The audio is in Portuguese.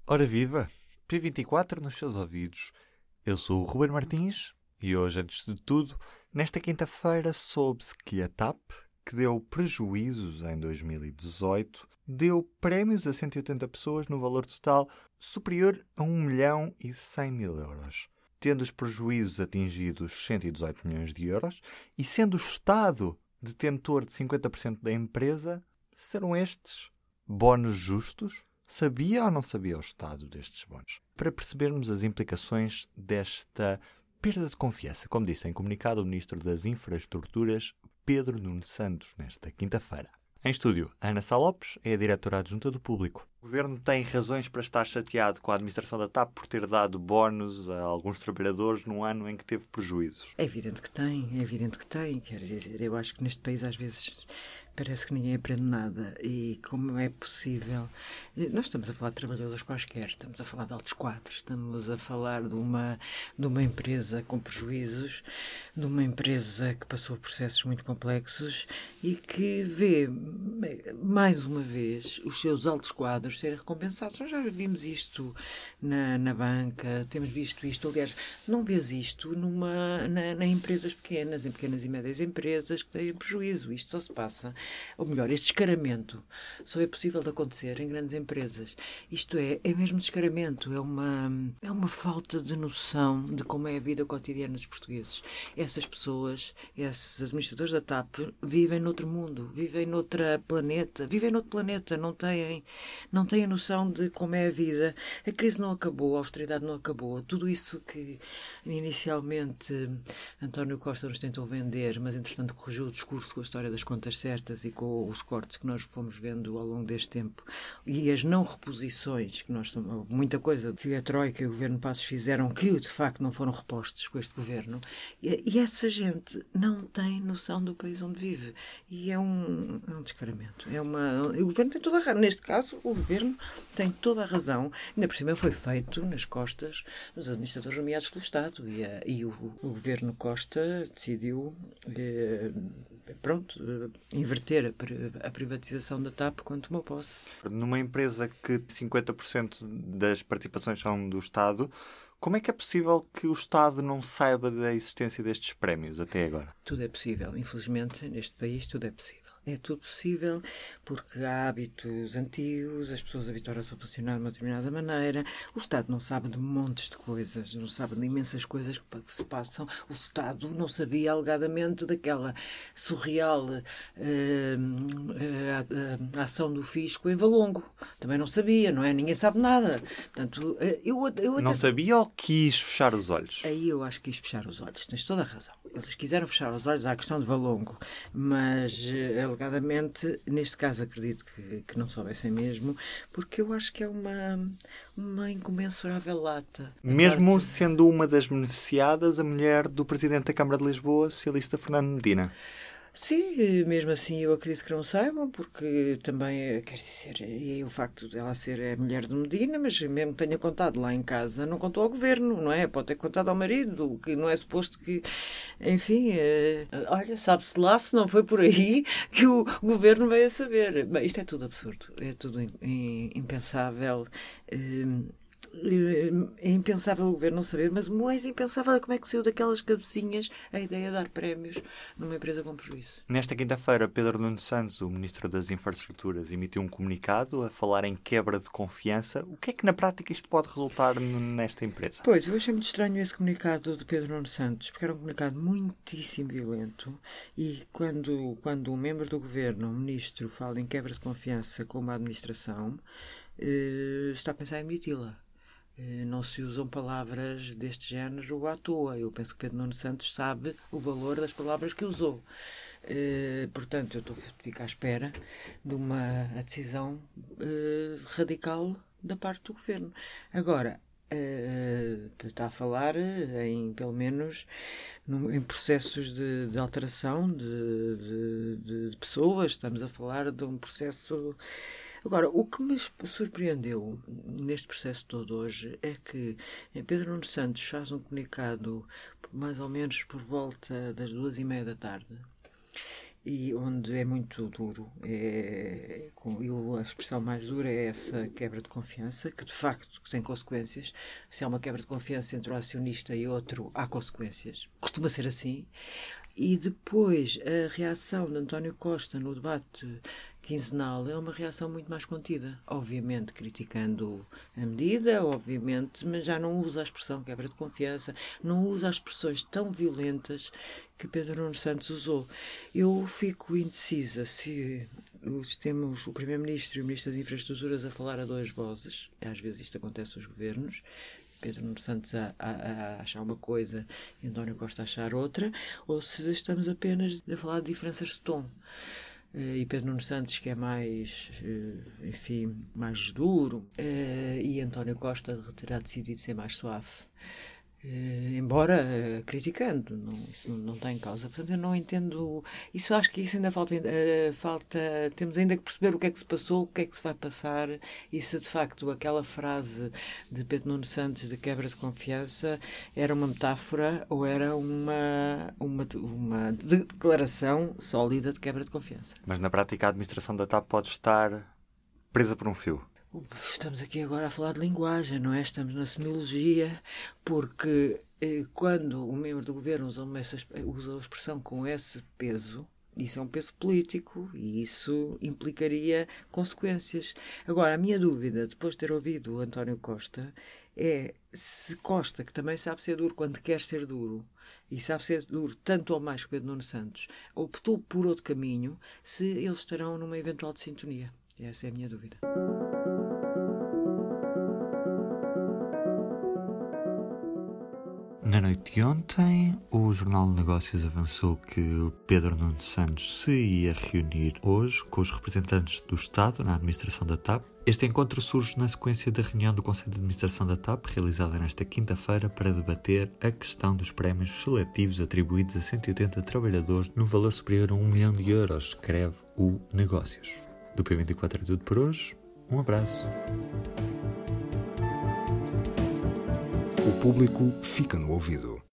Ora viva! P24 nos seus ouvidos. Eu sou o Ruben Martins e hoje, antes de tudo, nesta quinta-feira soube-se que a TAP, que deu prejuízos em 2018, deu prémios a 180 pessoas no valor total superior a 1.100.000 euros, tendo os prejuízos atingido os 118 milhões de euros e sendo o Estado detentor de 50% da empresa. Serão estes bónus justos? Sabia ou não sabia o Estado destes bónus? Para percebermos as implicações desta perda de confiança, como disse em comunicado o Ministro das Infraestruturas, Pedro Nuno Santos, nesta quinta-feira. Em estúdio, Ana Sá Lopes é a diretora adjunta do Público. O Governo tem razões para estar chateado com a administração da TAP por ter dado bónus a alguns trabalhadores num ano em que teve prejuízos? É evidente que tem. Quer dizer, eu acho que neste país às vezes parece que ninguém aprende nada. E como é possível... Nós estamos a falar de trabalhadores quaisquer, estamos a falar de altos quadros, estamos a falar de uma empresa com prejuízos, de uma empresa que passou processos muito complexos e que vê, mais uma vez, os seus altos quadros serem recompensados. Nós já vimos isto na banca, temos visto isto, aliás, não vês isto em empresas pequenas, em pequenas e médias empresas que têm prejuízo. Isto só se passa, ou melhor, este descaramento só é possível de acontecer em grandes empresas. Isto é mesmo descaramento, é uma falta de noção de como é a vida cotidiana dos portugueses. Essas pessoas, esses administradores da TAP, vivem noutro mundo, vivem noutro planeta, não têm a noção de como é a vida. A crise não acabou, a austeridade não acabou. Tudo isso que inicialmente António Costa nos tentou vender, mas entretanto corrigiu o discurso com a história das contas certas e com os cortes que nós fomos vendo ao longo deste tempo e as não reposições, que houve muita coisa que a Troika e o Governo Passos fizeram que de facto não foram repostos com este Governo, e essa gente não tem noção do país onde vive e é um descaramento. O Governo tem toda a razão, neste caso o Governo tem toda a razão, ainda por cima foi feito nas costas dos administradores nomeados pelo Estado e o Governo Costa decidiu inverter a privatização da TAP quando tomou posse. Numa empresa que 50% das participações são do Estado, como é que é possível que o Estado não saiba da existência destes prémios até agora? Tudo é possível. Infelizmente, neste país, tudo é possível. É tudo possível porque há hábitos antigos, as pessoas habituaram-se a funcionar de uma determinada maneira. O Estado não sabe de montes de coisas, não sabe de imensas coisas que se passam. O Estado não sabia, alegadamente, daquela surreal ação do fisco em Valongo. Também não sabia, não é? Ninguém sabe nada. Portanto, Não sabia ou quis fechar os olhos? Aí eu acho que quis fechar os olhos. Tens toda a razão. Eles quiseram fechar os olhos à questão de Valongo, mas alegadamente, neste caso acredito que não soubessem mesmo, porque eu acho que é uma incomensurável lata. Mesmo sendo uma das beneficiadas a mulher do Presidente da Câmara de Lisboa, socialista Fernando Medina. Sim, mesmo assim eu acredito que não saibam, porque também, quer dizer, e o facto de ela ser a mulher de Medina, mas mesmo que tenha contado lá em casa, não contou ao Governo, não é? Pode ter contado ao marido, que não é suposto que, enfim, olha, sabe-se lá se não foi por aí que o Governo veio a saber. Bem, isto é tudo absurdo, é tudo impensável. É impensável o Governo não saber, mas o mais impensável é como é que saiu daquelas cabecinhas a ideia de dar prémios numa empresa com prejuízo. Nesta quinta-feira, Pedro Nuno Santos, o Ministro das Infraestruturas, emitiu um comunicado a falar em quebra de confiança. O que é que na prática isto pode resultar nesta empresa? Pois, eu achei muito estranho esse comunicado de Pedro Nuno Santos, porque era um comunicado muitíssimo violento e quando um membro do Governo, um Ministro, fala em quebra de confiança com uma administração, está a pensar em emiti-la. Não se usam palavras deste género à toa. Eu penso que Pedro Nuno Santos sabe o valor das palavras que usou. Portanto, eu estou a ficar à espera de uma decisão radical da parte do Governo. Agora, está a falar pelo menos em processos de alteração de pessoas. Estamos a falar de um processo... Agora, o que me surpreendeu neste processo todo hoje é que Pedro Nuno Santos faz um comunicado mais ou menos por volta das 2h30 da tarde e onde é muito duro. A expressão mais dura é essa quebra de confiança, que de facto tem consequências. Se há uma quebra de confiança entre o acionista e outro, há consequências. Costuma ser assim. E depois, a reação de António Costa no debate quinzenal é uma reação muito mais contida. Obviamente criticando a medida, obviamente, mas já não usa a expressão quebra de confiança, não usa as expressões tão violentas que Pedro Nuno Santos usou. Eu fico indecisa se temos o Primeiro-Ministro e o Ministro das Infraestruturas a falar a duas vozes. Às vezes isto acontece nos governos. Pedro Nuno Santos a achar uma coisa e António Costa a achar outra, ou se estamos apenas a falar de diferenças de tom. E Pedro Nuno Santos, que é mais, enfim, mais duro, e António Costa terá decidido ser mais suave. Embora criticando, isso não está em causa. Portanto, eu não entendo. Acho que isso ainda falta. Temos ainda que perceber o que é que se passou, o que é que se vai passar e se de facto aquela frase de Pedro Nuno Santos de quebra de confiança era uma metáfora ou era uma declaração sólida de quebra de confiança. Mas na prática a administração da TAP pode estar presa por um fio. Estamos aqui agora a falar de linguagem, não é? Estamos na semiologia, porque quando o membro do governo usa a expressão com esse peso, isso é um peso político e isso implicaria consequências. Agora, a minha dúvida, depois de ter ouvido o António Costa, é se Costa, que também sabe ser duro quando quer ser duro, e sabe ser duro tanto ou mais que Pedro Nuno Santos, optou por outro caminho, se eles estarão numa eventual de sintonia. Essa é a minha dúvida. Na noite de ontem, o Jornal de Negócios avançou que Pedro Nuno Santos se ia reunir hoje com os representantes do Estado na administração da TAP. Este encontro surge na sequência da reunião do Conselho de Administração da TAP, realizada nesta quinta-feira, para debater a questão dos prémios seletivos atribuídos a 180 trabalhadores no valor superior a 1 milhão de euros, escreve o Negócios. Do P24 é tudo por hoje. Um abraço. O público fica no ouvido.